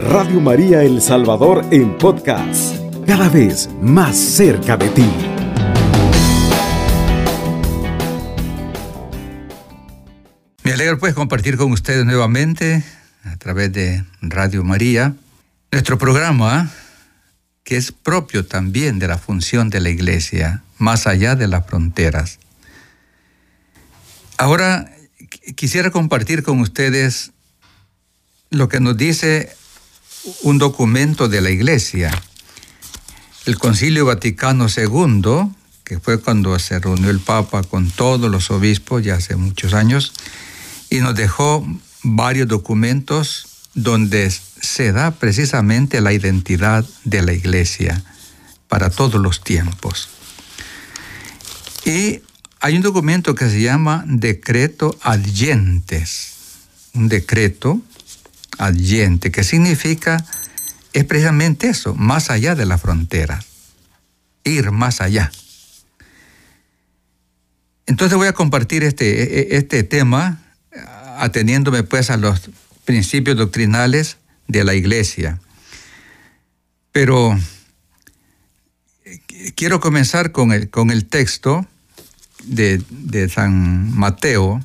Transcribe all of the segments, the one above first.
Radio María El Salvador en podcast, cada vez más cerca de ti. Me alegra pues compartir con ustedes nuevamente a través de Radio María nuestro programa, que es propio también de la función de la Iglesia, más allá de las fronteras. Ahora quisiera compartir con ustedes lo que nos dice un documento de la Iglesia. El Concilio Vaticano II, que fue cuando se reunió el Papa con todos los obispos ya hace muchos años, y nos dejó varios documentos donde se da precisamente la identidad de la Iglesia para todos los tiempos. Y hay un documento que se llama Decreto Ad Gentes, un decreto ad gentes, que significa, es precisamente eso, más allá de la frontera, ir más allá. Entonces voy a compartir este tema, ateniéndome pues a los principios doctrinales de la Iglesia. Pero quiero comenzar con el texto de San Mateo,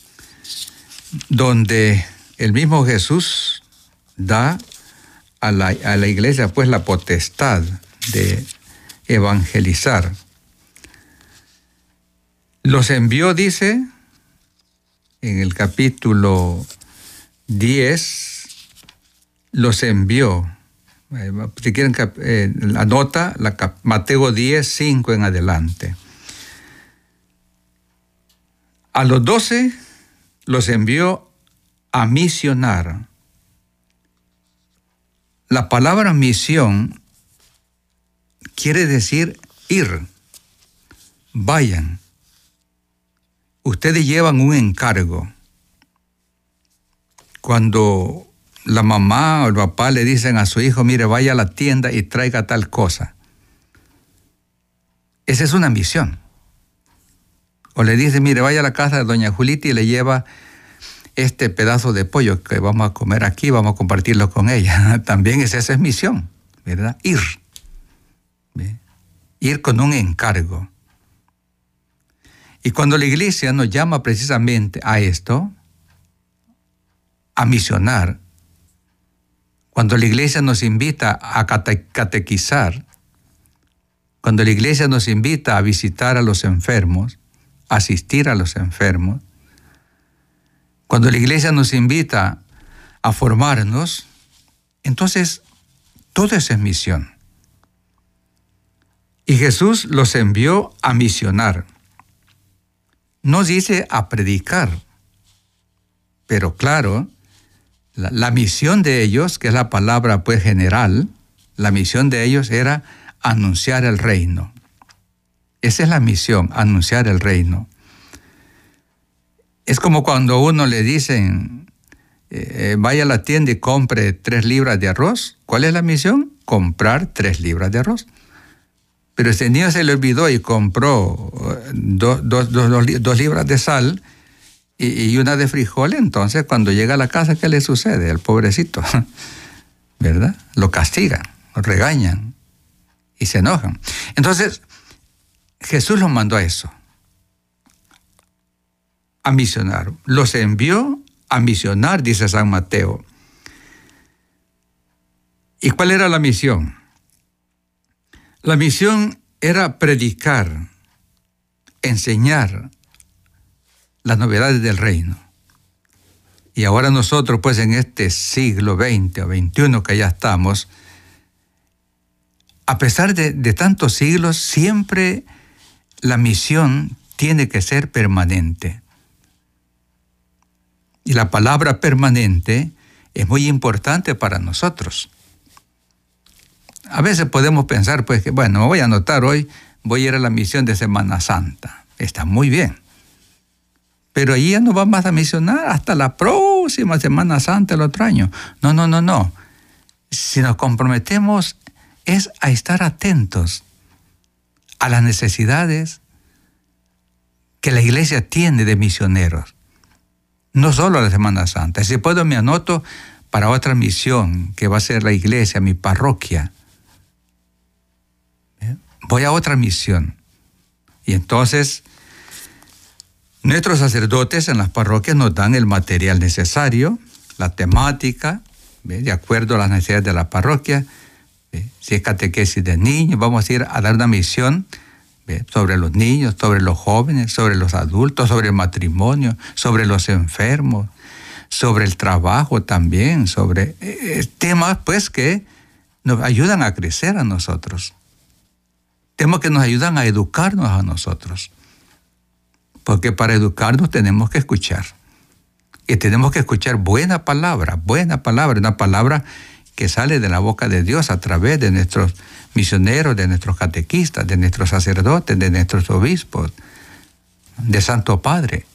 donde el mismo Jesús da a la Iglesia pues la potestad de evangelizar. Los envió, dice, en el capítulo 10, los envió. Si quieren, anota Mateo 10, 5 en adelante. A los 12 los envió a misionar. La palabra misión quiere decir ir. Vayan. Ustedes llevan un encargo. Cuando la mamá o el papá le dicen a su hijo, mire, vaya a la tienda y traiga tal cosa. Esa es una misión. O le dice, mire, vaya a la casa de doña Julita y le lleva este pedazo de pollo que vamos a comer aquí, vamos a compartirlo con ella. También esa es misión, ¿verdad? Ir. ¿Ve? Ir con un encargo. Y cuando la Iglesia nos llama precisamente a esto, a misionar, cuando la Iglesia nos invita a catequizar, cuando la Iglesia nos invita a visitar a los enfermos, asistir a los enfermos, cuando la Iglesia nos invita a formarnos, entonces todo eso es misión. Y Jesús los envió a misionar. Nos dice a predicar. Pero claro, la misión de ellos, que es la palabra pues general, la misión de ellos era anunciar el reino. Esa es la misión, anunciar el reino. Es como cuando a uno le dicen, vaya a la tienda y compre 3 libras de arroz. ¿Cuál es la misión? Comprar 3 libras de arroz. Pero este niño se le olvidó y compró 2 libras de sal y una de frijol. Entonces, cuando llega a la casa, ¿qué le sucede al pobrecito? ¿Verdad? Lo castigan, lo regañan y se enojan. Entonces, Jesús los mandó a eso, a misionar. Los envió a misionar, dice San Mateo. ¿Y cuál era la misión? La misión era predicar, enseñar las novedades del reino. Y ahora nosotros, pues en este siglo XX o XXI que ya estamos, a pesar de tantos siglos, siempre la misión tiene que ser permanente. Y la palabra permanente es muy importante para nosotros. A veces podemos pensar, pues, que bueno, me voy a anotar hoy, voy a ir a la misión de Semana Santa. Está muy bien. Pero ahí ya no vamos a misionar hasta la próxima Semana Santa el otro año. No. Si nos comprometemos es a estar atentos a las necesidades que la Iglesia tiene de misioneros. No solo a la Semana Santa. Si puedo me anoto para otra misión que va a ser la iglesia, mi parroquia. Voy a otra misión. Y entonces, nuestros sacerdotes en las parroquias nos dan el material necesario, la temática, de acuerdo a las necesidades de la parroquia. Si es catequesis de niños, vamos a ir a dar una misión sobre los niños, sobre los jóvenes, sobre los adultos, sobre el matrimonio, sobre los enfermos, sobre el trabajo también, sobre temas pues que nos ayudan a crecer a nosotros. Temas que nos ayudan a educarnos a nosotros. Porque para educarnos tenemos que escuchar. Y tenemos que escuchar buena palabra, una palabra que sale de la boca de Dios a través de nuestros misioneros, de nuestros catequistas, de nuestros sacerdotes, de nuestros obispos, de Santo Padre.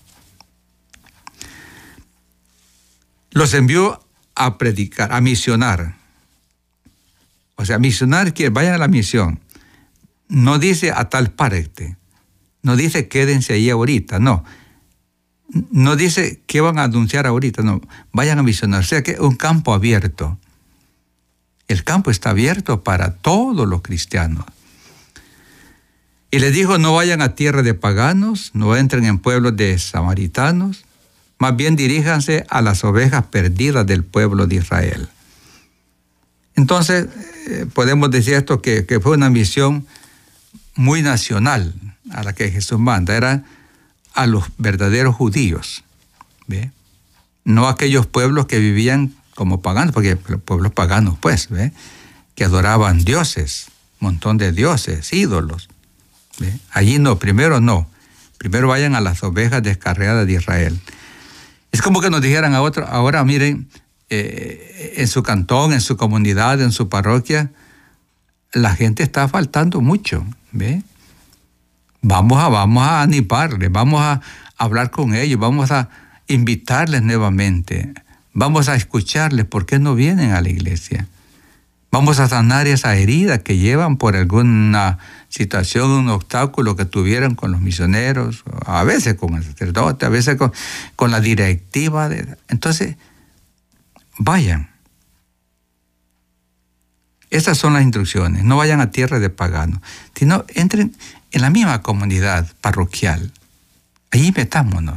Los envió a predicar, a misionar. O sea, misionar, que vayan a la misión. No dice a tal parte, no dice quédense ahí ahorita, no. No dice qué van a anunciar ahorita, no. Vayan a misionar, o sea que es un campo abierto. El campo está abierto para todos los cristianos. Y les dijo, no vayan a tierra de paganos, no entren en pueblos de samaritanos, más bien diríjanse a las ovejas perdidas del pueblo de Israel. Entonces, podemos decir esto que fue una misión muy nacional a la que Jesús manda, era a los verdaderos judíos, ¿ve? No a aquellos pueblos que vivían como paganos, porque los pueblos paganos, pues, ¿ve? Que adoraban dioses, un montón de dioses, ídolos, ¿ve? Allí no, primero vayan a las ovejas descarriadas de Israel. Es como que nos dijeran ahora miren, en su cantón, en su comunidad, en su parroquia, la gente está faltando mucho, ¿ve? Vamos a animarles, vamos a hablar con ellos, vamos a invitarles nuevamente, vamos a escucharles por qué no vienen a la iglesia. Vamos a sanar esa herida que llevan por alguna situación, un obstáculo que tuvieron con los misioneros, a veces con el sacerdote, a veces con la directiva. Entonces, vayan. Esas son las instrucciones. No vayan a tierra de paganos, sino entren en la misma comunidad parroquial. Allí metámonos.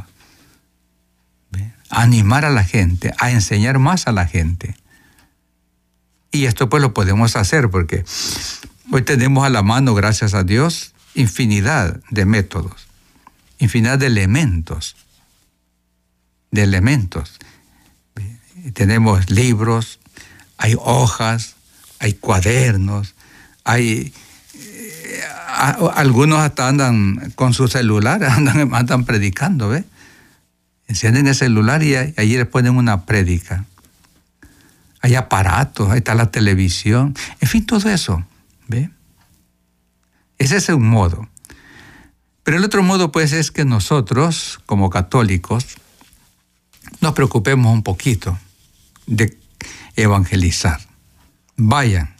A animar a la gente, a enseñar más a la gente. Y esto pues lo podemos hacer porque hoy tenemos a la mano, gracias a Dios, infinidad de métodos, infinidad de elementos. Tenemos libros, hay hojas, hay cuadernos, hay algunos hasta andan con su celular, andan predicando, ¿ve? Encienden el celular y allí les ponen una prédica. Hay aparatos, ahí está la televisión, en fin, todo eso, ¿ve? Ese es un modo. Pero el otro modo, pues, es que nosotros, como católicos, nos preocupemos un poquito de evangelizar. Vayan.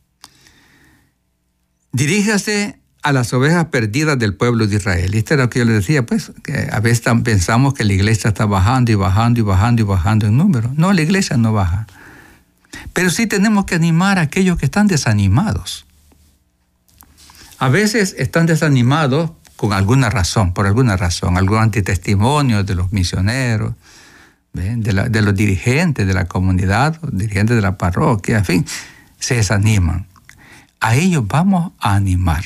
Diríjase a las ovejas perdidas del pueblo de Israel. Esto era lo que yo les decía, pues, que a veces pensamos que la iglesia está bajando en número. No, la iglesia no baja. Pero sí tenemos que animar a aquellos que están desanimados. A veces están desanimados por alguna razón, algún antitestimonio de los misioneros, de los dirigentes de la comunidad, dirigentes de la parroquia, en fin, se desaniman. A ellos vamos a animar.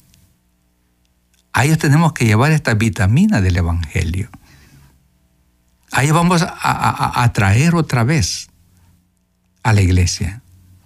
A ellos tenemos que llevar esta vitamina del Evangelio. A ellos vamos a traer otra vez a la iglesia.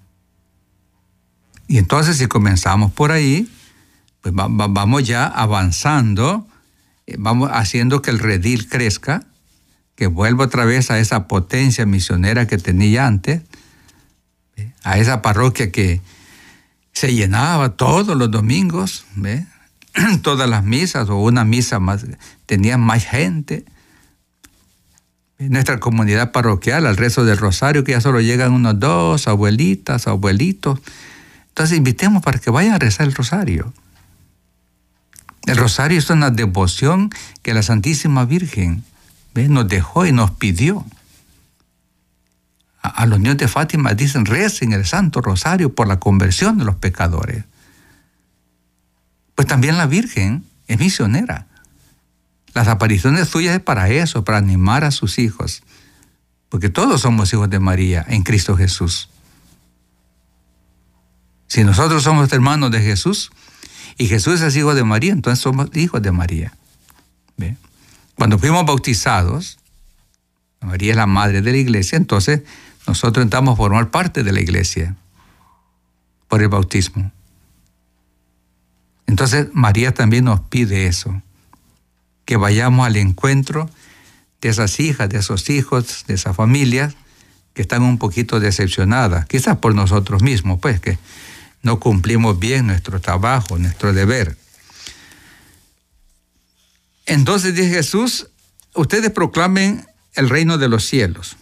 Y entonces si comenzamos por ahí, pues vamos ya avanzando, vamos haciendo que el redil crezca, que vuelva otra vez a esa potencia misionera que tenía antes, a esa parroquia que se llenaba todos los domingos, ¿ve? Todas las misas o una misa más, tenían más gente. En nuestra comunidad parroquial, al rezo del rosario, que ya solo llegan unos 2 abuelitas, abuelitos. Entonces invitemos para que vayan a rezar el rosario. El rosario es una devoción que la Santísima Virgen, ¿ve?, nos dejó y nos pidió. A los niños de Fátima dicen, recen el Santo Rosario por la conversión de los pecadores. Pues también la Virgen es misionera. Las apariciones suyas es para eso, para animar a sus hijos. Porque todos somos hijos de María en Cristo Jesús. Si nosotros somos hermanos de Jesús y Jesús es hijo de María, entonces somos hijos de María. ¿Ve? Cuando fuimos bautizados, María es la madre de la iglesia, entonces nosotros entramos a formar parte de la iglesia por el bautismo. Entonces María también nos pide eso, que vayamos al encuentro de esas hijas, de esos hijos, de esas familias que están un poquito decepcionadas, quizás por nosotros mismos, pues que no cumplimos bien nuestro trabajo, nuestro deber. Entonces dice Jesús, ustedes proclamen el reino de los cielos.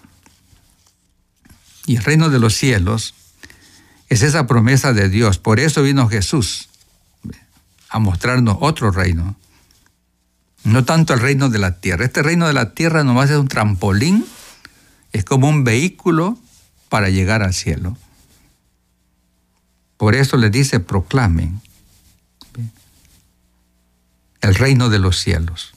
Y el reino de los cielos es esa promesa de Dios. Por eso vino Jesús a mostrarnos otro reino. No tanto el reino de la tierra. Este reino de la tierra nomás es un trampolín, es como un vehículo para llegar al cielo. Por eso les dice, proclamen el reino de los cielos.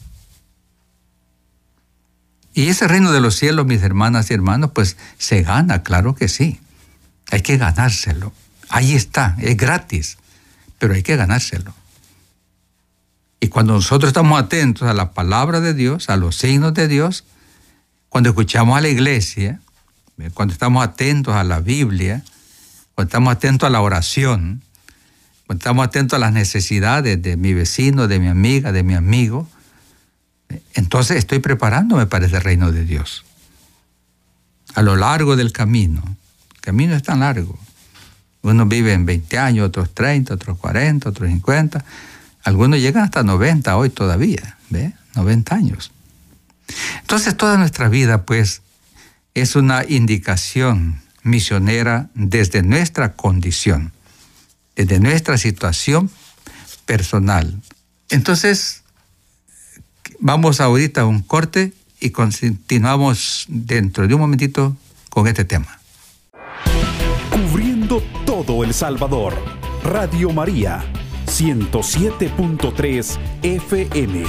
Y ese reino de los cielos, mis hermanas y hermanos, pues se gana, claro que sí. Hay que ganárselo. Ahí está, es gratis, pero hay que ganárselo. Y cuando nosotros estamos atentos a la palabra de Dios, a los signos de Dios, cuando escuchamos a la iglesia, cuando estamos atentos a la Biblia, cuando estamos atentos a la oración, cuando estamos atentos a las necesidades de mi vecino, de mi amiga, de mi amigo, entonces estoy preparándome para ese reino de Dios. A lo largo del camino. El camino es tan largo. Unos viven 20 años, otros 30, otros 40, otros 50. Algunos llegan hasta 90 hoy todavía, ¿ve? 90 años. Entonces toda nuestra vida, pues, es una indicación misionera desde nuestra condición, desde nuestra situación personal. Entonces, vamos ahorita a un corte y continuamos dentro de un momentito con este tema. Cubriendo todo El Salvador. Radio María, 107.3 FM.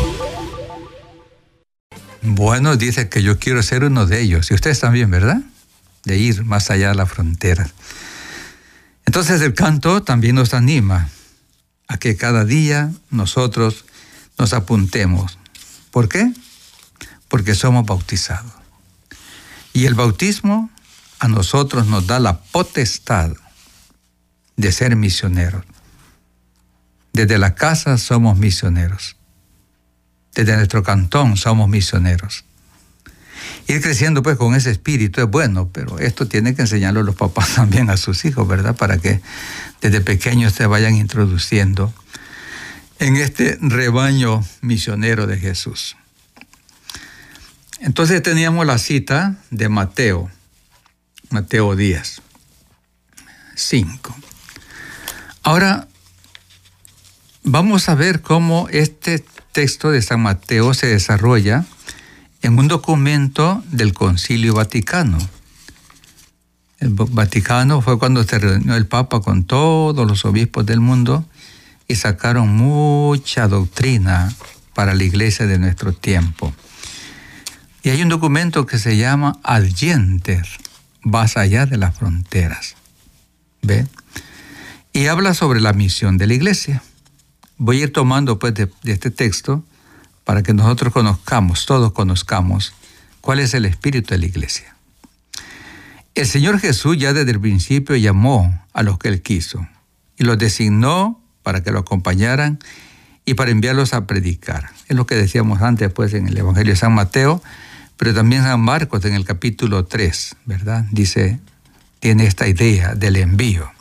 Bueno, dice que yo quiero ser uno de ellos. Y ustedes también, ¿verdad? De ir más allá de la frontera. Entonces el canto también nos anima a que cada día nosotros nos apuntemos. ¿Por qué? Porque somos bautizados. Y el bautismo a nosotros nos da la potestad de ser misioneros. Desde la casa somos misioneros. Desde nuestro cantón somos misioneros. Ir creciendo pues con ese espíritu es bueno, pero esto tiene que enseñarlo los papás también a sus hijos, ¿verdad? Para que desde pequeños se vayan introduciendo en este rebaño misionero de Jesús. Entonces teníamos la cita de Mateo 10, 5. Ahora vamos a ver cómo este texto de San Mateo se desarrolla en un documento del Concilio Vaticano. El Vaticano fue cuando se reunió el Papa con todos los obispos del mundo y sacaron mucha doctrina para la iglesia de nuestro tiempo. Y hay un documento que se llama Adyentes, más allá de las fronteras. ¿Ve? Y habla sobre la misión de la iglesia. Voy a ir tomando pues de este texto para que nosotros conozcamos, todos conozcamos, cuál es el espíritu de la iglesia. El Señor Jesús ya desde el principio llamó a los que Él quiso y los designó para que lo acompañaran y para enviarlos a predicar. Es lo que decíamos antes pues en el Evangelio de San Mateo, pero también San Marcos en el capítulo 3, ¿verdad? Dice, tiene esta idea del envío.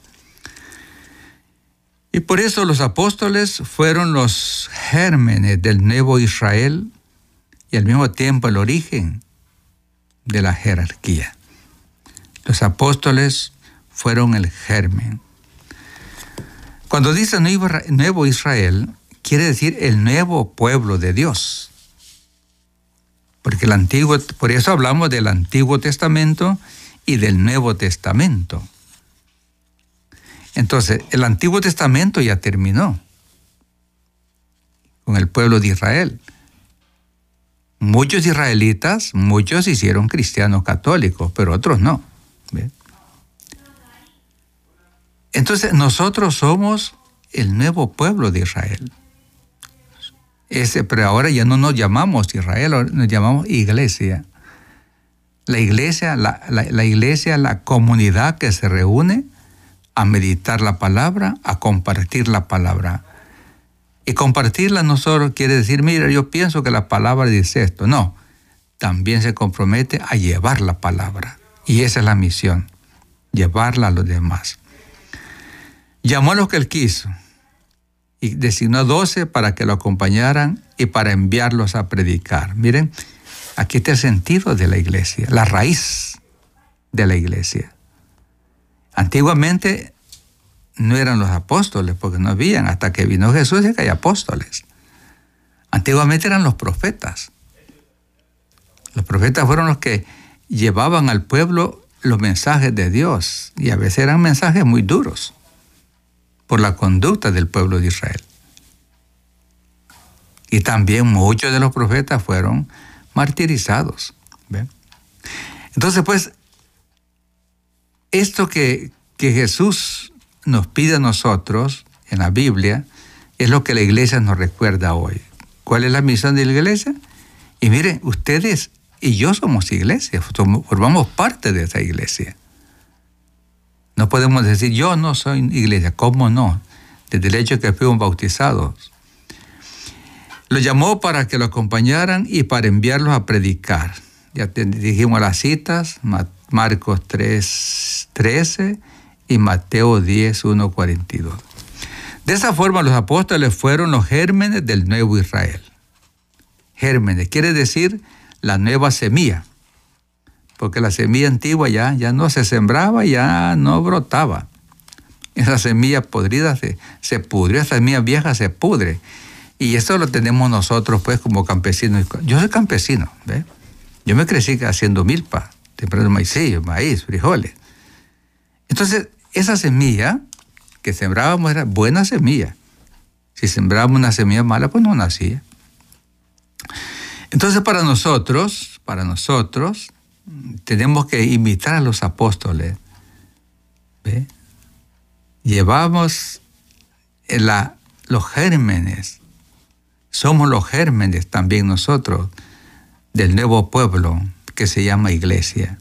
Y por eso los apóstoles fueron los gérmenes del nuevo Israel y al mismo tiempo el origen de la jerarquía. Los apóstoles fueron el germen. Cuando dice nuevo Israel, quiere decir el nuevo pueblo de Dios. Porque por eso hablamos del Antiguo Testamento y del Nuevo Testamento. Entonces, el Antiguo Testamento ya terminó con el pueblo de Israel. Muchos israelitas, muchos se hicieron cristianos católicos, pero otros no. ¿Ve? Entonces, nosotros somos el nuevo pueblo de Israel. Pero ahora ya no nos llamamos Israel, ahora nos llamamos iglesia. La iglesia, la iglesia, la comunidad que se reúne a meditar la palabra, a compartir la palabra. Y compartirla no solo quiere decir, mira, yo pienso que la palabra dice esto. No, también se compromete a llevar la palabra. Y esa es la misión, llevarla a los demás. Llamó a los que él quiso y designó 12 para que lo acompañaran y para enviarlos a predicar. Miren, aquí está el sentido de la iglesia, la raíz de la iglesia. Antiguamente no eran los apóstoles, porque no habían, hasta que vino Jesús y que hay apóstoles. Antiguamente eran los profetas. Los profetas fueron los que llevaban al pueblo los mensajes de Dios, y a veces eran mensajes muy duros por la conducta del pueblo de Israel. Y también muchos de los profetas fueron martirizados. ¿Ve? Entonces, pues, esto que Jesús nos pide a nosotros en la Biblia es lo que la iglesia nos recuerda hoy. ¿Cuál es la misión de la iglesia? Y miren, ustedes y yo somos iglesia, formamos parte de esa iglesia. No podemos decir, yo no soy iglesia. ¿Cómo no? Desde el hecho de que fuimos bautizados. Lo llamó para que lo acompañaran y para enviarlos a predicar. Ya dijimos las citas, Marcos 3:13 y Mateo 10:1-42. De esa forma los apóstoles fueron los gérmenes del nuevo Israel. Gérmenes quiere decir la nueva semilla, porque la semilla antigua ya no se sembraba, ya no brotaba. Esa semilla podrida se pudrió, esa semilla vieja se pudre. Y eso lo tenemos nosotros pues como campesinos. Yo soy campesino, ¿ve? Yo me crecí haciendo milpa, temprano maicillo, maíz, frijoles. Entonces, esa semilla que sembrábamos era buena semilla. Si sembrábamos una semilla mala, pues no nacía. Entonces, para nosotros, tenemos que imitar a los apóstoles. ¿Ve? Llevamos los gérmenes. Somos los gérmenes también nosotros del nuevo pueblo que se llama iglesia.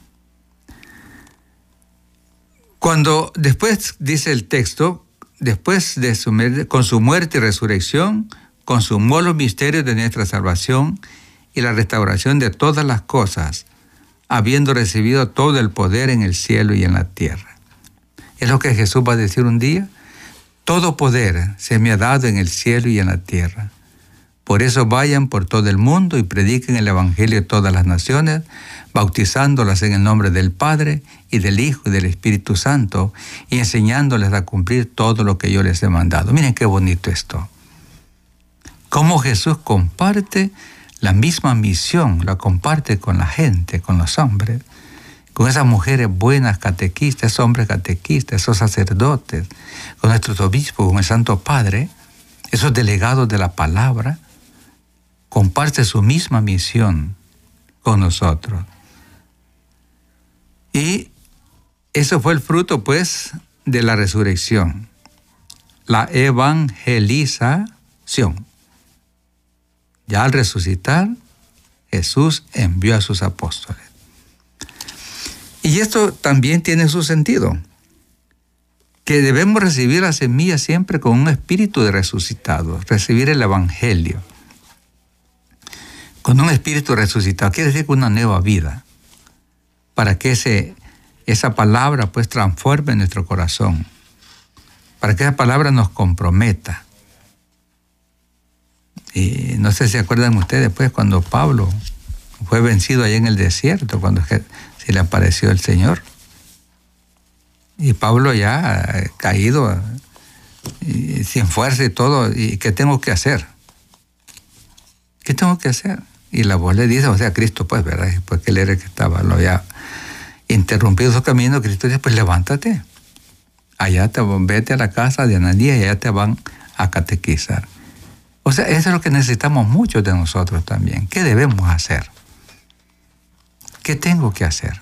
Cuando después, dice el texto, después de con su muerte y resurrección, consumó los misterios de nuestra salvación y la restauración de todas las cosas, habiendo recibido todo el poder en el cielo y en la tierra. Es lo que Jesús va a decir un día. Todo poder se me ha dado en el cielo y en la tierra. Por eso vayan por todo el mundo y prediquen el evangelio a todas las naciones, bautizándolas en el nombre del Padre y del Hijo y del Espíritu Santo, y enseñándoles a cumplir todo lo que yo les he mandado. Miren qué bonito esto. Cómo Jesús comparte la misma misión, la comparte con la gente, con los hombres, con esas mujeres buenas catequistas, esos hombres catequistas, esos sacerdotes, con nuestros obispos, con el Santo Padre, esos delegados de la palabra, comparte su misma misión con nosotros. Y eso fue el fruto, pues, de la resurrección, la evangelización. Ya al resucitar, Jesús envió a sus apóstoles. Y esto también tiene su sentido, que debemos recibir la semilla siempre con un espíritu de resucitado, recibir el evangelio con un espíritu resucitado, quiere decir con una nueva vida, para que esa palabra pues transforme nuestro corazón, para que esa palabra nos comprometa. Y no sé si se acuerdan ustedes pues cuando Pablo fue vencido allá en el desierto, cuando se le apareció el Señor. Y Pablo ya caído, y sin fuerza y todo, ¿y qué tengo que hacer? ¿Qué tengo que hacer? Y la voz le dice, o sea, Cristo, pues, ¿verdad? Pues que él era el que estaba, lo había Interrumpido su camino, Cristo dice, pues levántate. Vete a la casa de Ananías y allá te van a catequizar. O sea, eso es lo que necesitamos muchos de nosotros también. ¿Qué debemos hacer? ¿Qué tengo que hacer?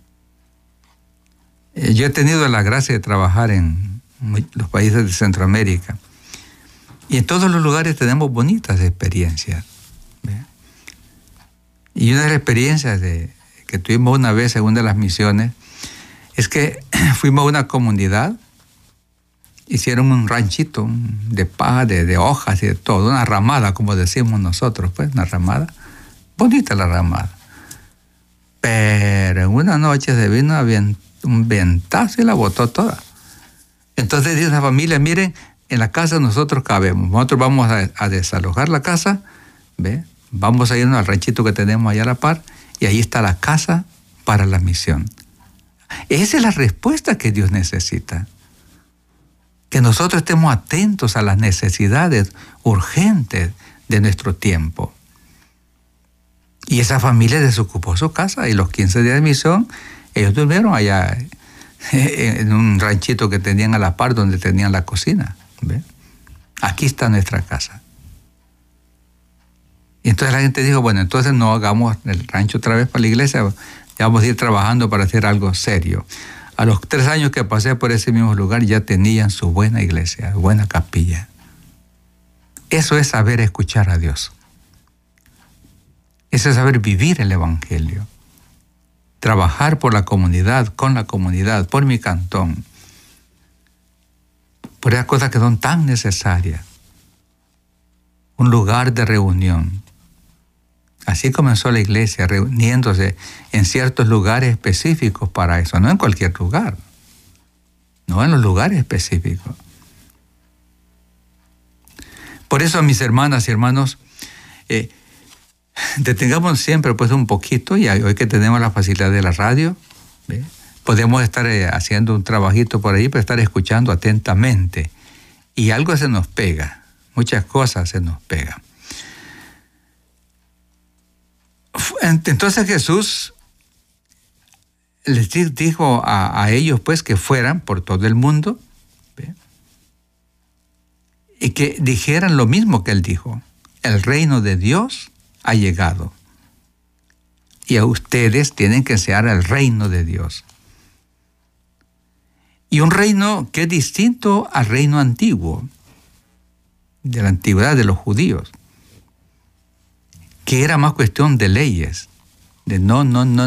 Yo he tenido la gracia de trabajar en los países de Centroamérica y en todos los lugares tenemos bonitas experiencias. ¿Ve? Y una de las experiencias que tuvimos una vez en una de las misiones es que fuimos a una comunidad, hicieron un ranchito de paja, de hojas y de todo, una ramada, como decimos nosotros, pues, una ramada, bonita la ramada. Pero en una noche se vino un ventazo y la botó toda. Entonces dice la familia, miren, en la casa nosotros cabemos, nosotros vamos a desalojar la casa, ¿ve? Vamos a irnos al ranchito que tenemos allá a la par, y ahí está la casa para la misión. Esa es la respuesta que Dios necesita. Que nosotros estemos atentos a las necesidades urgentes de nuestro tiempo. Y esa familia desocupó su casa y los 15 días de misión, ellos durmieron allá en un ranchito que tenían a la par donde tenían la cocina. ¿Ve? Aquí está nuestra casa. Y entonces la gente dijo, bueno, entonces no hagamos el rancho otra vez para la iglesia, ya vamos a ir trabajando para hacer algo serio. A los 3 años que pasé por ese mismo lugar ya tenían su buena iglesia, buena capilla. Eso es saber escuchar a Dios. Eso es saber vivir el Evangelio. Trabajar por la comunidad, con la comunidad, por mi cantón. Por esas cosas que son tan necesarias. Un lugar de reunión. Así comenzó la iglesia, reuniéndose en ciertos lugares específicos para eso, no en cualquier lugar, no en los lugares específicos. Por eso, mis hermanas y hermanos, detengamos siempre pues un poquito, y hoy que tenemos la facilidad de la radio, ¿ve? Podemos estar haciendo un trabajito por ahí, pero estar escuchando atentamente. Y algo se nos pega, muchas cosas se nos pegan. Entonces Jesús les dijo a ellos pues que fueran por todo el mundo, ¿ve? Y que dijeran lo mismo que él dijo: el reino de Dios ha llegado y a ustedes tienen que enseñar el reino de Dios. Y un reino que es distinto al reino antiguo, de la antigüedad de los judíos, que era más cuestión de leyes, de no.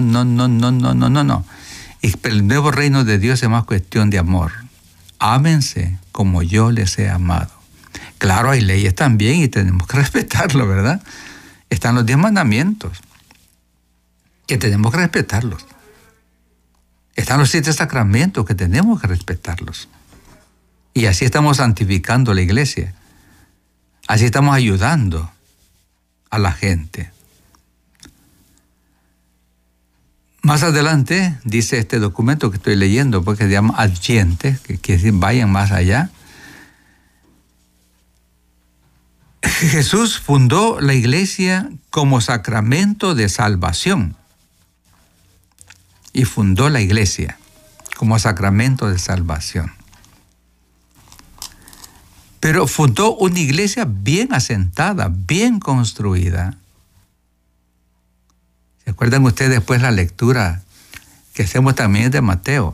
Y el nuevo reino de Dios es más cuestión de amor. Ámense como yo les he amado. Claro, hay leyes también y tenemos que respetarlo, ¿verdad? Están los 10 mandamientos, que tenemos que respetarlos. Están los 7 sacramentos, que tenemos que respetarlos. Y así estamos santificando la iglesia. Así estamos ayudando a la gente. Más adelante dice este documento que estoy leyendo, porque se llama Adyentes, que quiere decir vayan más allá. Jesús fundó la iglesia como sacramento de salvación. Y fundó la iglesia como sacramento de salvación. Pero fundó una iglesia bien asentada, bien construida. ¿Se acuerdan ustedes después la lectura que hacemos también de Mateo?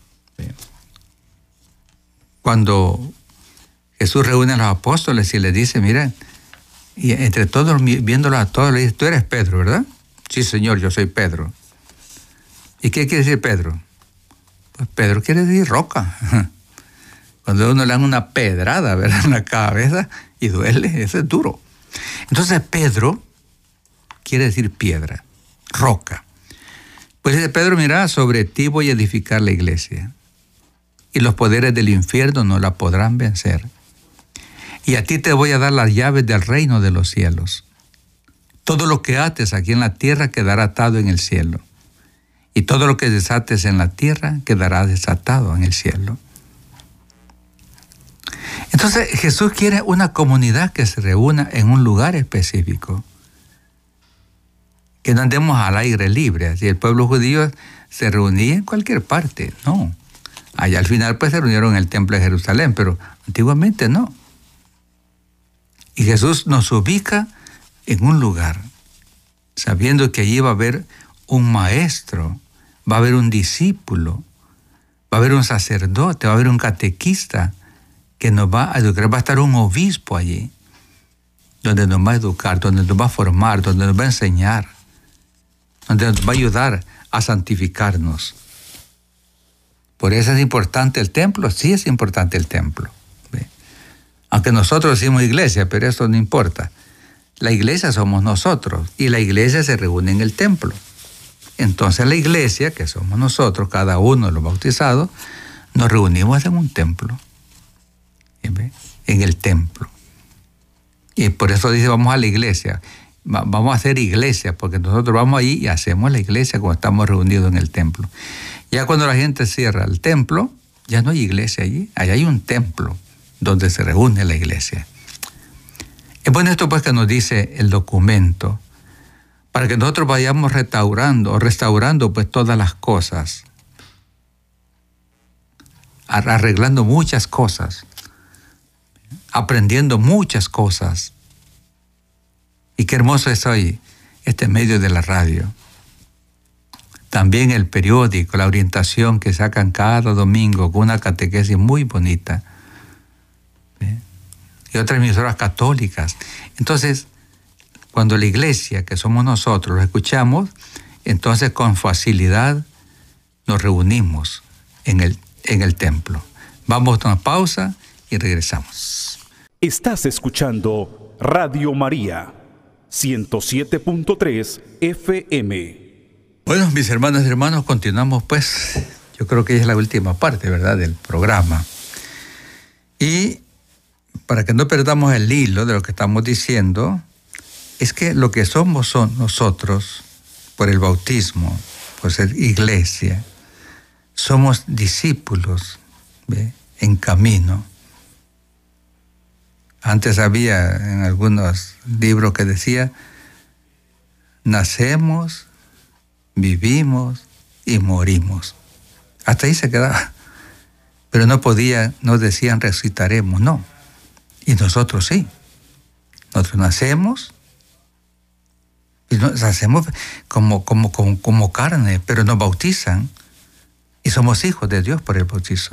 Cuando Jesús reúne a los apóstoles y les dice, miren, y entre todos, viéndolos a todos, le dice, tú eres Pedro, ¿verdad? Sí, Señor, yo soy Pedro. ¿Y qué quiere decir Pedro? Pues Pedro quiere decir roca. Cuando uno le dan una pedrada, ¿verdad?, en la cabeza y duele, eso es duro. Entonces Pedro quiere decir piedra, roca. Pues dice Pedro, mira, sobre ti voy a edificar la iglesia y los poderes del infierno no la podrán vencer. Y a ti te voy a dar las llaves del reino de los cielos. Todo lo que ates aquí en la tierra quedará atado en el cielo. Y todo lo que desates en la tierra quedará desatado en el cielo. Entonces Jesús quiere una comunidad que se reúna en un lugar específico, que no andemos al aire libre. Así el pueblo judío se reunía en cualquier parte, no. Allá al final pues se reunieron en el templo de Jerusalén, pero antiguamente no. Y Jesús nos ubica en un lugar, sabiendo que allí va a haber un maestro, va a haber un discípulo, va a haber un sacerdote, va a haber un catequista que nos va a educar, va a estar un obispo allí, donde nos va a educar, donde nos va a formar, donde nos va a enseñar, donde nos va a ayudar a santificarnos. Por eso es importante el templo, sí es importante el templo. ¿Ve? Aunque nosotros decimos iglesia, pero eso no importa. La iglesia somos nosotros y la iglesia se reúne en el templo. Entonces la iglesia, que somos nosotros, cada uno de los bautizados, nos reunimos en un templo. ¿Ve? En el templo. Y por eso dice, vamos a la iglesia. Vamos a hacer iglesia, porque nosotros vamos ahí y hacemos la iglesia cuando estamos reunidos en el templo. Ya cuando la gente cierra el templo, ya no hay iglesia allí. Allá hay un templo donde se reúne la iglesia. Es bueno esto pues que nos dice el documento, para que nosotros vayamos restaurando pues todas las cosas, arreglando muchas cosas, aprendiendo muchas cosas. Y qué hermoso es hoy este medio de la radio. También el periódico, la orientación que sacan cada domingo con una catequesis muy bonita. Y otras emisoras católicas. Entonces, cuando la iglesia, que somos nosotros, lo escuchamos, entonces con facilidad nos reunimos en el templo. Vamos a una pausa y regresamos. Estás escuchando Radio María, 107.3 FM. Bueno, mis hermanas y hermanos, continuamos pues, yo creo que es la última parte, ¿verdad?, del programa. Y para que no perdamos el hilo de lo que estamos diciendo, es que lo que somos son nosotros, por el bautismo, por ser iglesia, somos discípulos, ¿ve?, en camino. Antes había en algunos libros que decía, nacemos, vivimos y morimos. Hasta ahí se quedaba. Pero no decían resucitaremos, no. Y nosotros sí. Nosotros nacemos y nos hacemos como carne, pero nos bautizan y somos hijos de Dios por el bautizo.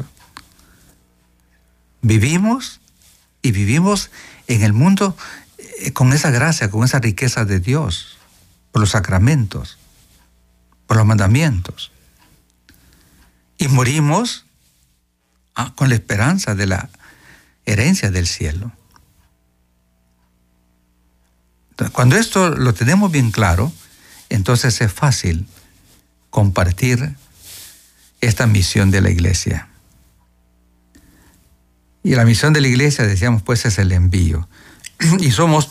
Vivimos y vivimos en el mundo con esa gracia, con esa riqueza de Dios, por los sacramentos, por los mandamientos. Y morimos con la esperanza de la herencia del cielo. Cuando esto lo tenemos bien claro, entonces es fácil compartir esta misión de la iglesia. Y la misión de la iglesia, decíamos, pues es el envío. Y somos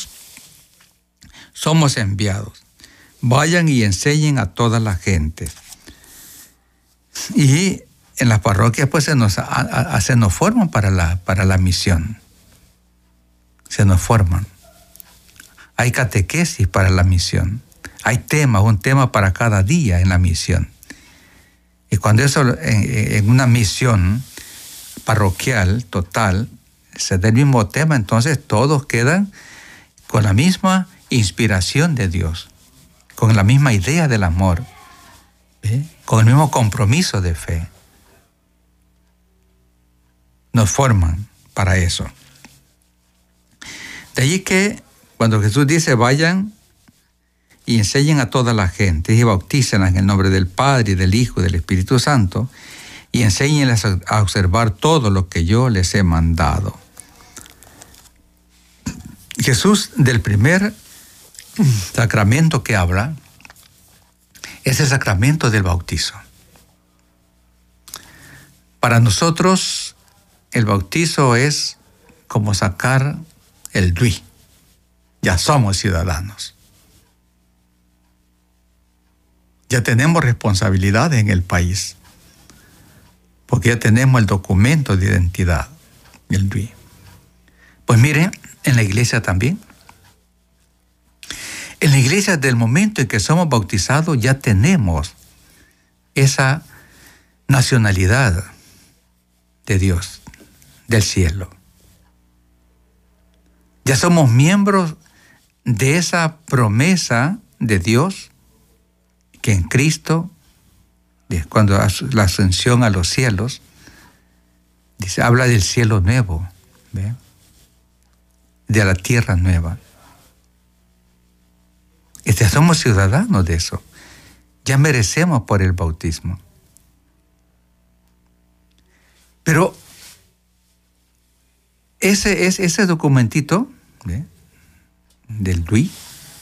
enviados. Vayan y enseñen a toda la gente. Y en las parroquias pues se nos forman para la misión. Se nos forman. Hay catequesis para la misión. Hay un tema para cada día en la misión. Y cuando eso en una misión parroquial total se da el mismo tema, entonces todos quedan con la misma inspiración de Dios, con la misma idea del amor, ¿ve?, con el mismo compromiso de fe. Nos forman para eso. De allí que cuando Jesús dice vayan y enseñen a toda la gente y bautícenlas en el nombre del Padre y del Hijo y del Espíritu Santo y enséñenles a observar todo lo que yo les he mandado. Jesús, del primer sacramento que habla, es el sacramento del bautizo. Para nosotros, el bautizo es como sacar el DUI. Ya somos ciudadanos. Ya tenemos responsabilidad en el país, porque ya tenemos el documento de identidad, el DUI. Pues miren, en la iglesia también. En la iglesia, del momento en que somos bautizados, ya tenemos esa nacionalidad de Dios, del cielo. Ya somos miembros de esa promesa de Dios que en Cristo, cuando la ascensión a los cielos, dice, habla del cielo nuevo, ¿ve? De la tierra nueva. Somos ciudadanos de eso. Ya merecemos por el bautismo. Pero ese documentito, ¿ve?, del Luis,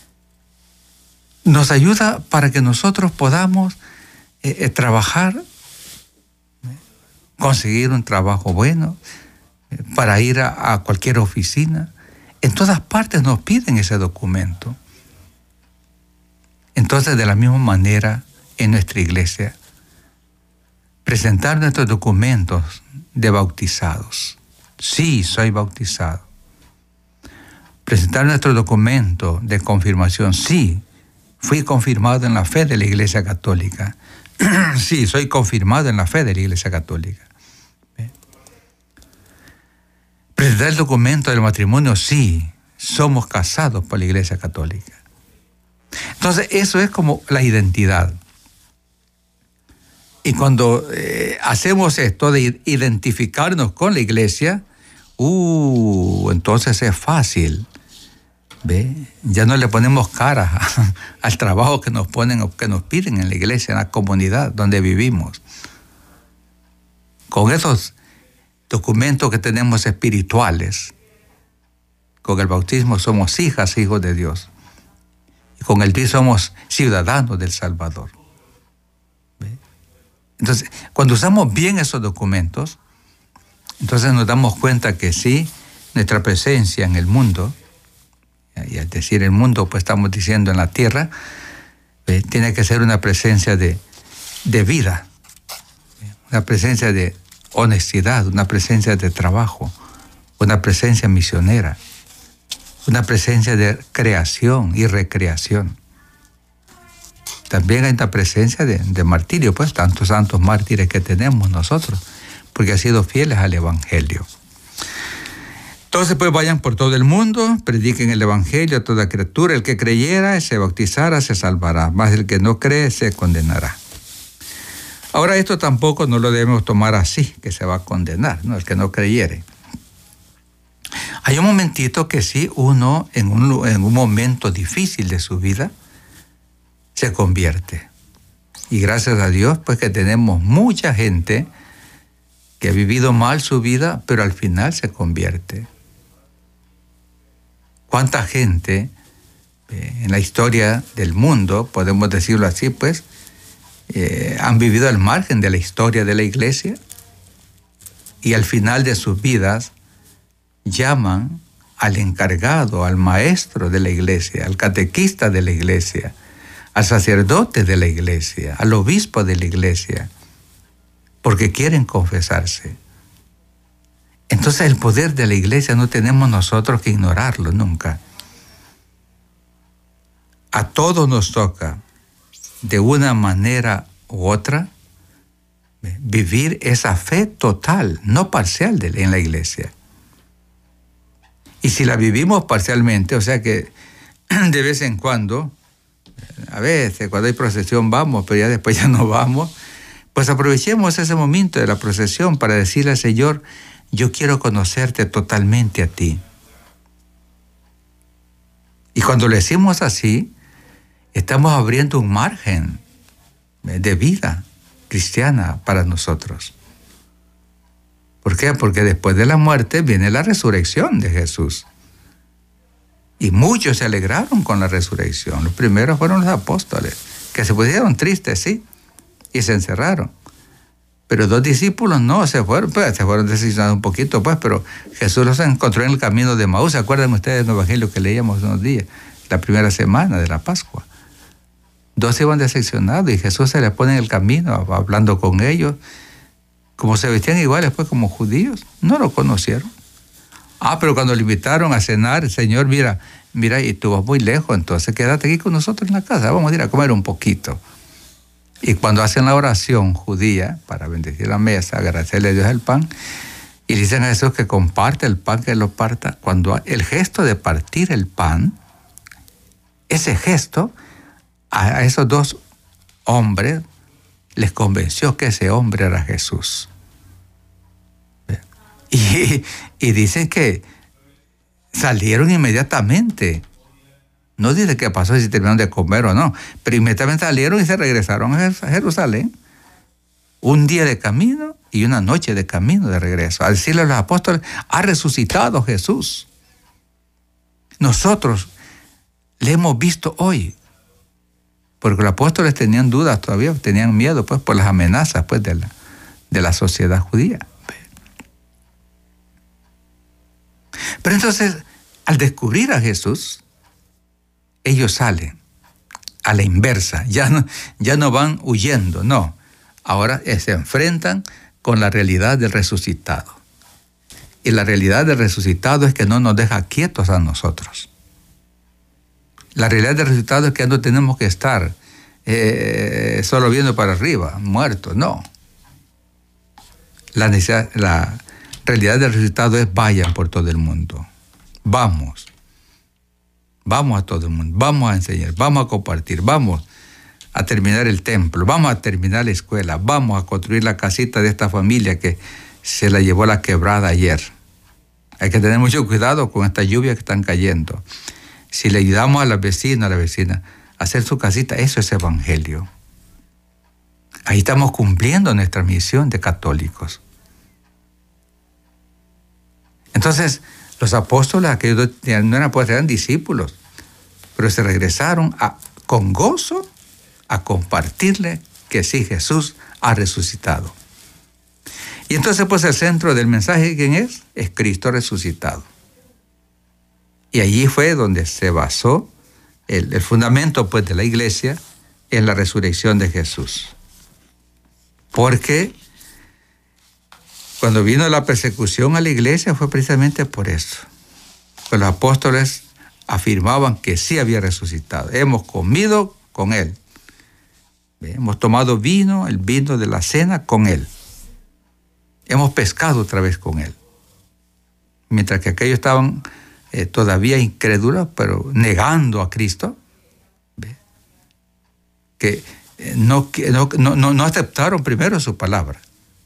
nos ayuda para que nosotros podamos trabajar, ¿ve?, conseguir un trabajo bueno, para ir a cualquier oficina. En todas partes nos piden ese documento. Entonces, de la misma manera, en nuestra iglesia, presentar nuestros documentos de bautizados. Sí, soy bautizado. Presentar nuestro documento de confirmación. Sí, fui confirmado en la fe de la Iglesia Católica. Sí, soy confirmado en la fe de la Iglesia Católica. ¿Ve? Presentar el documento del matrimonio. Sí, somos casados por la Iglesia Católica. Entonces, eso es como la identidad. Y cuando hacemos esto de identificarnos con la iglesia, entonces es fácil, ¿ve? Ya no le ponemos cara al trabajo que nos ponen o que nos piden en la iglesia, en la comunidad donde vivimos. Con esos documentos que tenemos espirituales, con el bautismo somos hijos de Dios. Y con el Dios somos ciudadanos del Salvador. ¿Ve? Entonces, cuando usamos bien esos documentos, entonces nos damos cuenta que sí, nuestra presencia en el mundo, y al decir el mundo, pues estamos diciendo en la tierra, tiene que ser una presencia de vida, una presencia de honestidad, una presencia de trabajo, una presencia misionera, una presencia de creación y recreación. También hay una presencia de martirio, pues tantos santos mártires que tenemos nosotros, porque han sido fieles al Evangelio. Entonces, pues vayan por todo el mundo, prediquen el Evangelio a toda criatura. El que creyera y se bautizara se salvará, mas el que no cree se condenará. Ahora, esto tampoco no lo debemos tomar así, que se va a condenar, ¿no? El que no creyere. Hay un momentito que sí, uno en un momento difícil de su vida se convierte. Y gracias a Dios, pues que tenemos mucha gente que ha vivido mal su vida, pero al final se convierte. ¿Cuánta gente en la historia del mundo, podemos decirlo así, pues, han vivido al margen de la historia de la iglesia y al final de sus vidas llaman al encargado, al maestro de la iglesia, al catequista de la iglesia, al sacerdote de la iglesia, al obispo de la iglesia, porque quieren confesarse? Entonces el poder de la iglesia no tenemos nosotros que ignorarlo nunca. A todos nos toca, de una manera u otra, vivir esa fe total, no parcial en la iglesia. Y si la vivimos parcialmente, o sea que de vez en cuando, a veces cuando hay procesión vamos, pero ya después ya no vamos, pues aprovechemos ese momento de la procesión para decirle al Señor, yo quiero conocerte totalmente a ti. Y cuando lo decimos así, estamos abriendo un margen de vida cristiana para nosotros. ¿Por qué? Porque después de la muerte viene la resurrección de Jesús. Y muchos se alegraron con la resurrección. Los primeros fueron los apóstoles, que se pusieron tristes, sí, y se encerraron. Pero 2 discípulos no, se fueron decepcionados un poquito, pues, pero Jesús los encontró en el camino de Maús. ¿Se acuerdan ustedes del evangelio que leíamos unos días? La primera semana de la Pascua. 2 iban decepcionados y Jesús se les pone en el camino, hablando con ellos. Como se vestían iguales, pues, como judíos, no lo conocieron. Pero cuando le invitaron a cenar, Señor, mira, y tú vas muy lejos, entonces quédate aquí con nosotros en la casa, vamos a ir a comer un poquito. Y cuando hacen la oración judía para bendecir la mesa, agradecerle a Dios el pan, y dicen a Jesús que comparte el pan, que lo parta, cuando el gesto de partir el pan, ese gesto a esos dos hombres les convenció que ese hombre era Jesús. Y dicen que salieron inmediatamente. No dice qué pasó, si terminaron de comer o no, pero inmediatamente salieron y se regresaron a Jerusalén. Un día de camino y una noche de camino de regreso. A decirle a los apóstoles, ha resucitado Jesús. Nosotros le hemos visto hoy. Porque los apóstoles tenían dudas todavía, tenían miedo pues por las amenazas pues de la sociedad judía. Pero entonces, al descubrir a Jesús, ellos salen a la inversa, ya no van huyendo, no. Ahora se enfrentan con la realidad del resucitado. Y la realidad del resucitado es que no nos deja quietos a nosotros. La realidad del resucitado es que no tenemos que estar solo viendo para arriba, muertos, no. La realidad del resucitado es vayan por todo el mundo. Vamos a todo el mundo, vamos a enseñar, vamos a compartir, vamos a terminar el templo, vamos a terminar la escuela, vamos a construir la casita de esta familia que se la llevó la quebrada ayer. Hay que tener mucho cuidado con estas lluvias que están cayendo. Si le ayudamos a la vecina a hacer su casita, eso es evangelio. Ahí estamos cumpliendo nuestra misión de católicos. Entonces, los apóstoles, aquellos no eran, pues, eran discípulos, pero se regresaron con gozo a compartirle que sí, Jesús ha resucitado. Y entonces, pues, el centro del mensaje, ¿quién es? Es Cristo resucitado. Y allí fue donde se basó el fundamento, pues, de la iglesia en la resurrección de Jesús. Porque cuando vino la persecución a la iglesia fue precisamente por eso. Pues los apóstoles afirmaban que sí había resucitado. Hemos comido con Él. Hemos tomado vino, el vino de la cena con Él. Hemos pescado otra vez con Él. Mientras que aquellos estaban todavía incrédulos, pero negando a Cristo, que no aceptaron primero su palabra.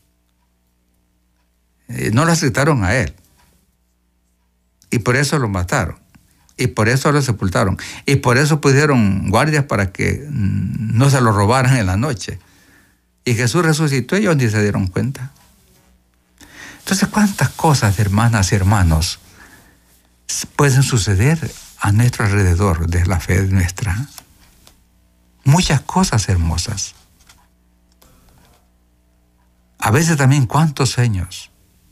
No lo aceptaron a Él. Y por eso lo mataron. Y por eso lo sepultaron. Y por eso pusieron guardias para que no se lo robaran en la noche. Y Jesús resucitó y ellos ni se dieron cuenta. Entonces, ¿cuántas cosas, hermanas y hermanos, pueden suceder a nuestro alrededor de la fe nuestra? Muchas cosas hermosas. A veces también cuántos sueños.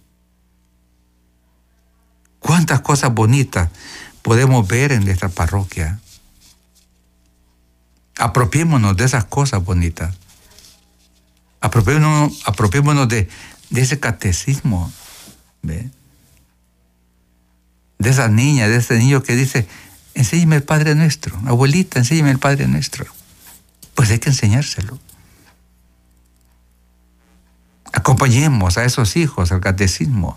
Cuántas cosas bonitas podemos ver en nuestra parroquia. Apropiémonos de esas cosas bonitas. Apropiémonos de ese catecismo. ¿Ve? De esa niña, de ese niño que dice, enséñame el Padre Nuestro. Abuelita, enséñame el Padre Nuestro. Pues hay que enseñárselo. Acompañemos a esos hijos al catecismo.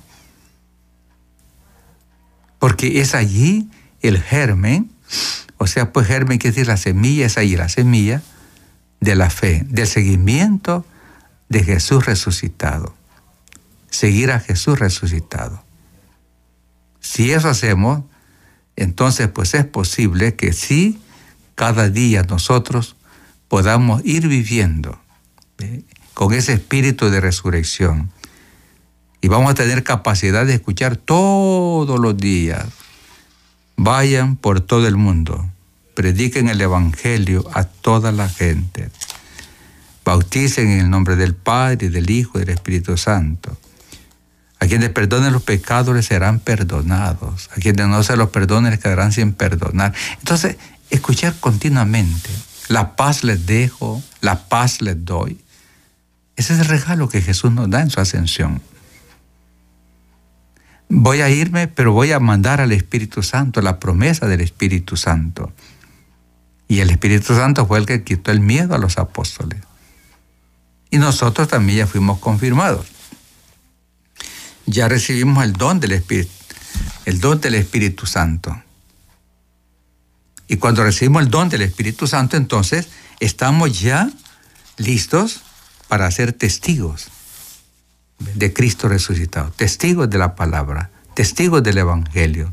Porque es allí el germen, o sea, pues germen quiere decir la semilla, es ahí la semilla de la fe, del seguimiento de Jesús resucitado. Seguir a Jesús resucitado. Si eso hacemos, entonces pues es posible que sí, cada día nosotros podamos ir viviendo con ese espíritu de resurrección. Y vamos a tener capacidad de escuchar todos los días. Vayan por todo el mundo, prediquen el Evangelio a toda la gente. Bauticen en el nombre del Padre, del Hijo y del Espíritu Santo. A quienes perdonen los pecados les serán perdonados. A quienes no se los perdonen les quedarán sin perdonar. Entonces, escuchar continuamente. La paz les dejo, la paz les doy. Ese es el regalo que Jesús nos da en su ascensión. voy a irme, pero voy a mandar al Espíritu Santo, la promesa del Espíritu Santo. Y el Espíritu Santo fue el que quitó el miedo a los apóstoles. Y nosotros también ya fuimos confirmados. Ya recibimos el don del Espíritu Santo. Y cuando recibimos el don del Espíritu Santo, entonces estamos ya listos para ser testigos de Cristo resucitado, testigos de la palabra, testigos del Evangelio.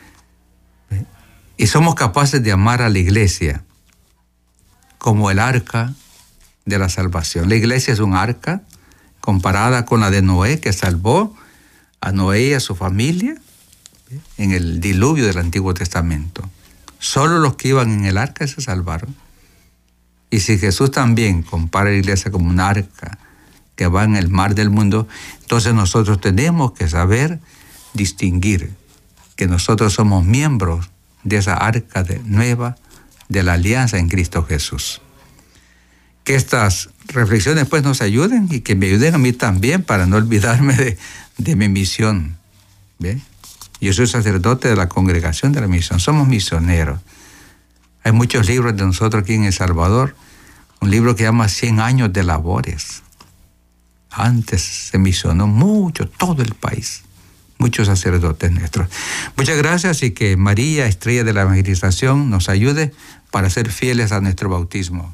Y somos capaces de amar a la iglesia como el arca de la salvación. La iglesia es un arca comparada con la de Noé, que salvó a Noé y a su familia en el diluvio del Antiguo Testamento. Solo los que iban en el arca se salvaron. Y si Jesús también compara a la iglesia como un arca que va en el mar del mundo, entonces nosotros tenemos que saber distinguir que nosotros somos miembros de esa arca nueva de la alianza en Cristo Jesús. Que estas reflexiones pues nos ayuden y que me ayuden a mí también para no olvidarme de mi misión. ¿Ve? Yo soy sacerdote de la congregación de la misión, somos misioneros. Hay muchos libros de nosotros aquí en El Salvador, un libro que se llama 100 años de labores. Antes se misionó mucho, todo el país, muchos sacerdotes nuestros. Muchas gracias y que María, estrella de la evangelización, nos ayude para ser fieles a nuestro bautismo.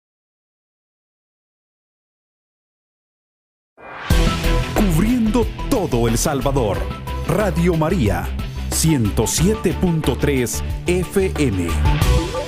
Cubriendo todo El Salvador. Radio María, 107.3 FM.